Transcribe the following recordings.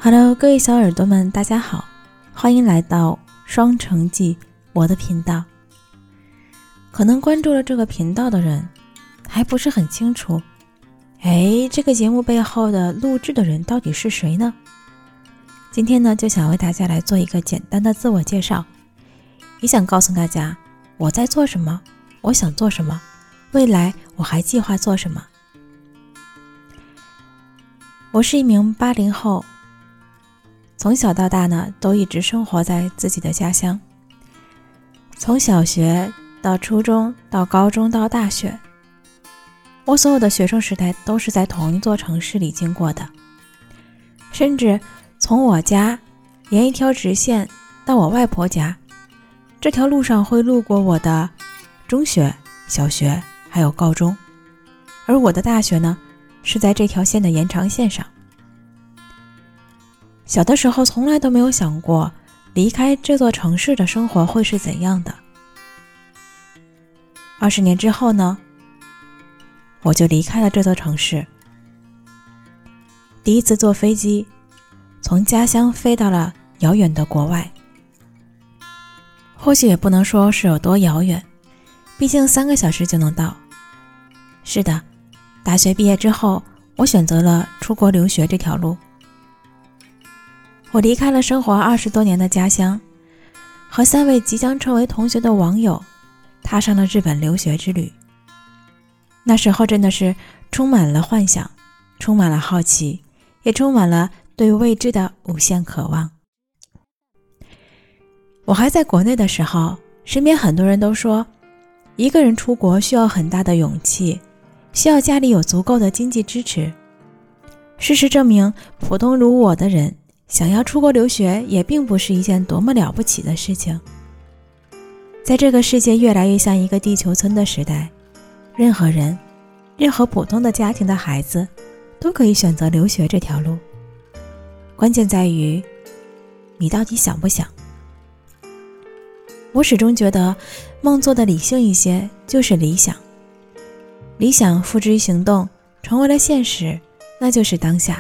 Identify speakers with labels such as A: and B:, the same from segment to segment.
A: Hello， 各位小耳朵们，大家好，欢迎来到双城记我的频道。可能关注了这个频道的人还不是很清楚，这个节目背后的录制的人到底是谁呢？今天呢，就想为大家来做一个简单的自我介绍，也想告诉大家我在做什么，我想做什么，未来我还计划做什么。我是一名80后，从小到大呢，都一直生活在自己的家乡。从小学到初中到高中到大学，我所有的学生时代都是在同一座城市里经过的。甚至从我家沿一条直线到我外婆家，这条路上会路过我的中学、小学还有高中，而我的大学呢，是在这条线的延长线上。小的时候从来都没有想过离开这座城市的生活会是怎样的。20年之后呢，我就离开了这座城市。第一次坐飞机，从家乡飞到了遥远的国外。或许也不能说是有多遥远，毕竟3个小时就能到。是的，大学毕业之后，我选择了出国留学这条路。我离开了生活20多年的家乡，和3位即将成为同学的网友踏上了日本留学之旅。那时候真的是充满了幻想，充满了好奇，也充满了对未知的无限渴望。我还在国内的时候，身边很多人都说，一个人出国需要很大的勇气，需要家里有足够的经济支持。事实证明，普通如我的人想要出国留学也并不是一件多么了不起的事情。在这个世界越来越像一个地球村的时代，任何人，任何普通的家庭的孩子都可以选择留学这条路。关键在于你到底想不想。我始终觉得梦做的理性一些就是理想，理想付之于行动，成为了现实，那就是当下。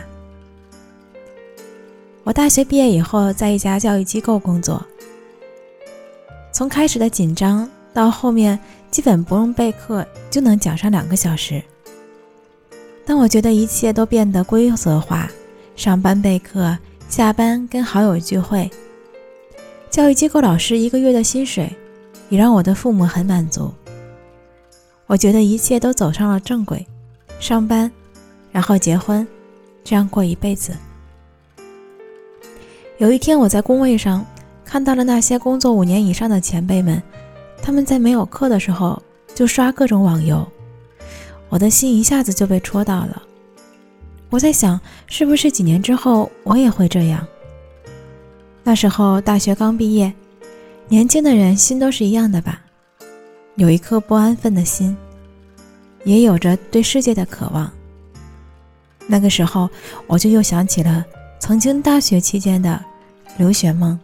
A: 我大学毕业以后在一家教育机构工作，从开始的紧张到后面基本不用备课就能讲上2个小时。当我觉得一切都变得规则化，上班备课，下班跟好友聚会，教育机构老师1个月的薪水也让我的父母很满足。我觉得一切都走上了正轨，上班，然后结婚，这样过一辈子。有一天我在工位上看到了那些工作5年以上的前辈们，他们在没有课的时候就刷各种网游，我的心一下子就被戳到了。我在想，是不是几年之后我也会这样。那时候大学刚毕业，年轻的人心都是一样的吧，有一颗不安分的心，也有着对世界的渴望。那个时候我就又想起了曾经大学期间的留学梦。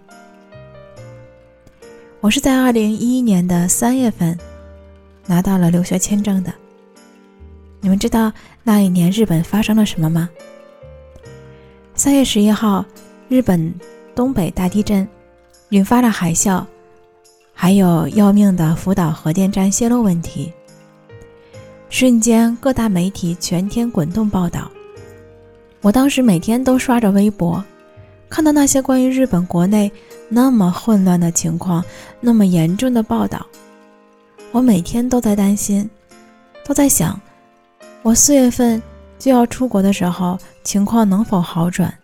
A: 我是在2011年的3月份拿到了留学签证的。你们知道那一年日本发生了什么吗？3月11号，日本东北大地震，引发了海啸，还有要命的福岛核电站泄漏问题。瞬间各大媒体全天滚动报道。我当时每天都刷着微博，看到那些关于日本国内那么混乱的情况，那么严重的报道，我每天都在担心，都在想，我4月份就要出国的时候，情况能否好转。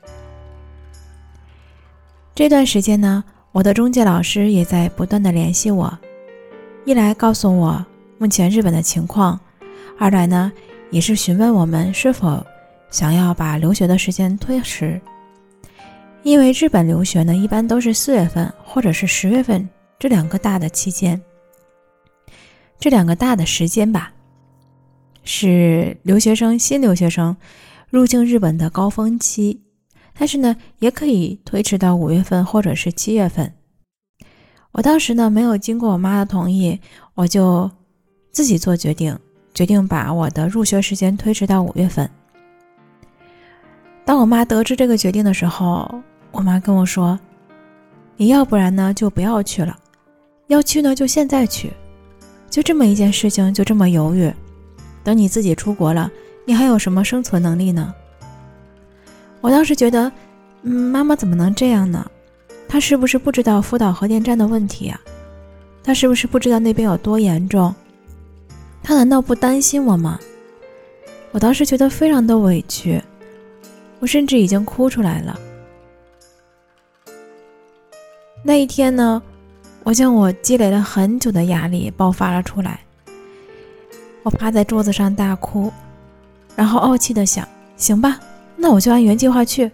A: 这段时间呢，我的中介老师也在不断的联系我，一来告诉我目前日本的情况，二来呢，也是询问我们是否想要把留学的时间推迟。因为日本留学呢，一般都是4月份或者是10月份这2个大的期间，这2个大的时间吧，是新留学生入境日本的高峰期。但是呢，也可以推迟到5月份或者是7月份。我当时呢，没有经过我妈的同意，我就自己做决定把我的入学时间推迟到5月份。 当我妈得知这个决定的时候，我妈跟我说，你要不然呢就不要去了，要去呢就现在去，就这么一件事情就这么犹豫，等你自己出国了，你还有什么生存能力呢？我当时觉得，妈妈怎么能这样呢？她是不是不知道福岛核电站的问题啊？她是不是不知道那边有多严重？她难道不担心我吗？我当时觉得非常的委屈，我甚至已经哭出来了。那一天呢，我将我积累了很久的压力爆发了出来。我趴在桌子上大哭，然后傲气地想，行吧，那我就按原计划去。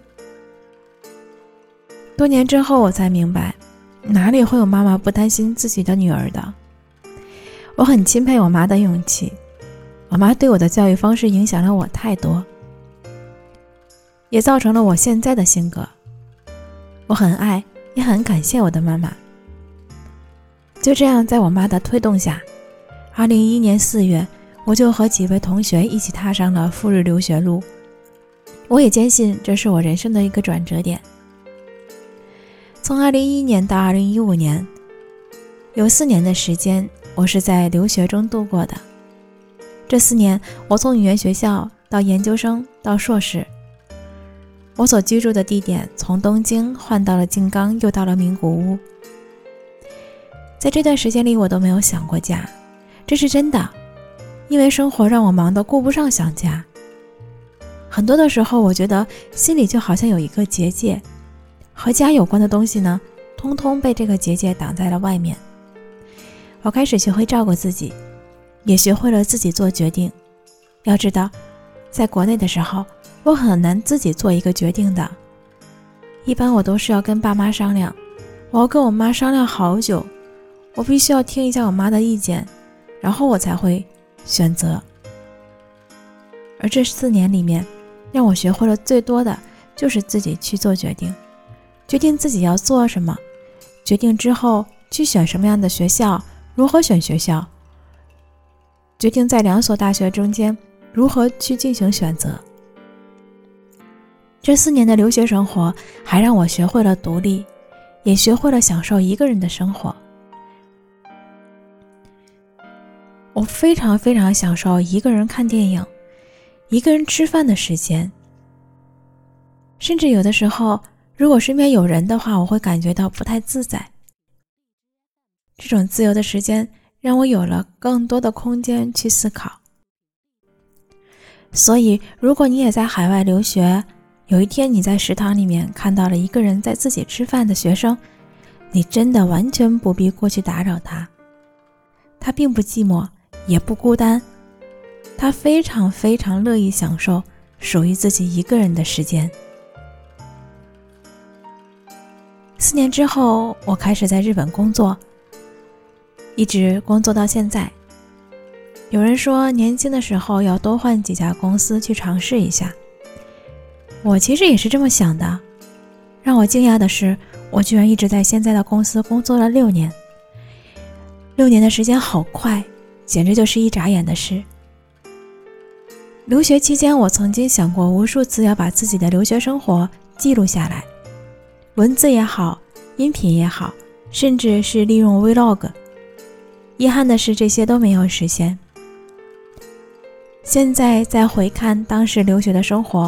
A: 多年之后我才明白，哪里会有妈妈不担心自己的女儿的。我很钦佩我妈的勇气，我妈对我的教育方式影响了我太多，也造成了我现在的性格。我很爱也很感谢我的妈妈。就这样，在我妈的推动下，2011年4月，我就和几位同学一起踏上了赴日留学路。我也坚信这是我人生的一个转折点。从2011年到2015年，有4年的时间，我是在留学中度过的。这4年，我从语言学校到研究生到硕士，我所居住的地点从东京换到了静冈，又到了名古屋。在这段时间里，我都没有想过家，这是真的，因为生活让我忙得顾不上想家。很多的时候，我觉得心里就好像有一个结界，和家有关的东西呢，通通被这个结界挡在了外面。我开始学会照顾自己，也学会了自己做决定。要知道，在国内的时候，我很难自己做一个决定的，一般我都是要跟爸妈商量，我要跟我妈商量好久，我必须要听一下我妈的意见，然后我才会选择。而这4年里面，让我学会了最多的就是自己去做决定，决定自己要做什么，决定之后去选什么样的学校，如何选学校，决定在2所大学中间如何去进行选择。这4年的留学生活还让我学会了独立，也学会了享受一个人的生活。我非常非常享受一个人看电影，一个人吃饭的时间，甚至有的时候如果身边有人的话，我会感觉到不太自在。这种自由的时间让我有了更多的空间去思考。所以如果你也在海外留学，有一天你在食堂里面看到了一个人在自己吃饭的学生，你真的完全不必过去打扰他，他并不寂寞也不孤单，他非常非常乐意享受属于自己一个人的时间。4年之后，我开始在日本工作，一直工作到现在。有人说年轻的时候要多换几家公司去尝试一下，我其实也是这么想的。让我惊讶的是，我居然一直在现在的公司工作了6年。6年的时间好快，简直就是一眨眼的事。留学期间，我曾经想过无数次要把自己的留学生活记录下来，文字也好，音频也好，甚至是利用 Vlog。遗憾的是，这些都没有实现。现在再回看当时留学的生活，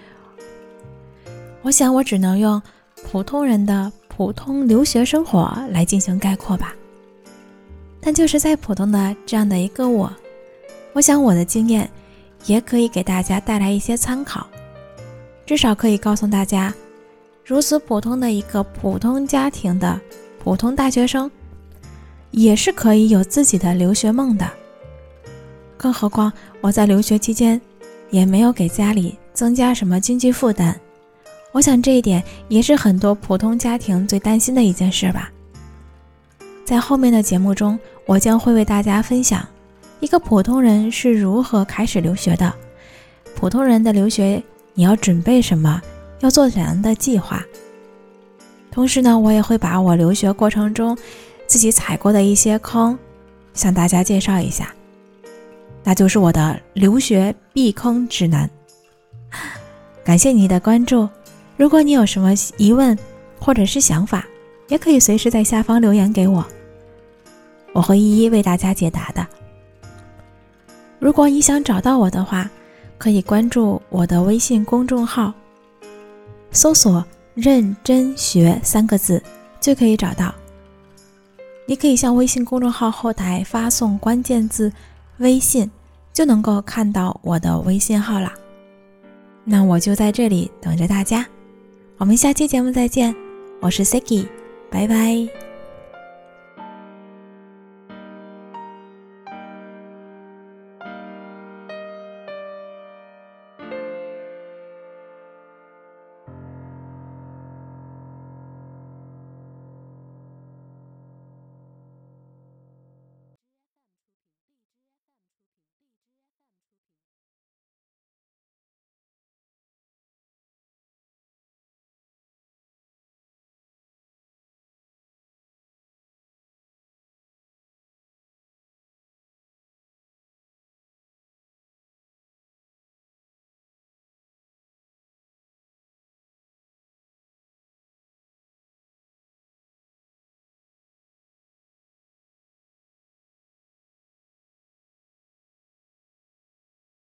A: 我想我只能用普通人的普通留学生活来进行概括吧。但就是再普通的这样的一个我想我的经验也可以给大家带来一些参考，至少可以告诉大家，如此普通的一个普通家庭的普通大学生，也是可以有自己的留学梦的。更何况我在留学期间也没有给家里增加什么经济负担，我想这一点也是很多普通家庭最担心的一件事吧。在后面的节目中，我将会为大家分享一个普通人是如何开始留学的，普通人的留学你要准备什么，要做怎样的计划。同时呢，我也会把我留学过程中自己踩过的一些坑向大家介绍一下，那就是我的留学避坑指南。 感谢你的关注，如果你有什么疑问或者是想法，也可以随时在下方留言给我，我会一一为大家解答的。如果你想找到我的话，可以关注我的微信公众号，搜索认真学3个字就可以找到。你可以向微信公众号后台发送关键字微信，就能够看到我的微信号了。那我就在这里等着大家，我们下期节目再见，我是 Seki， 拜拜。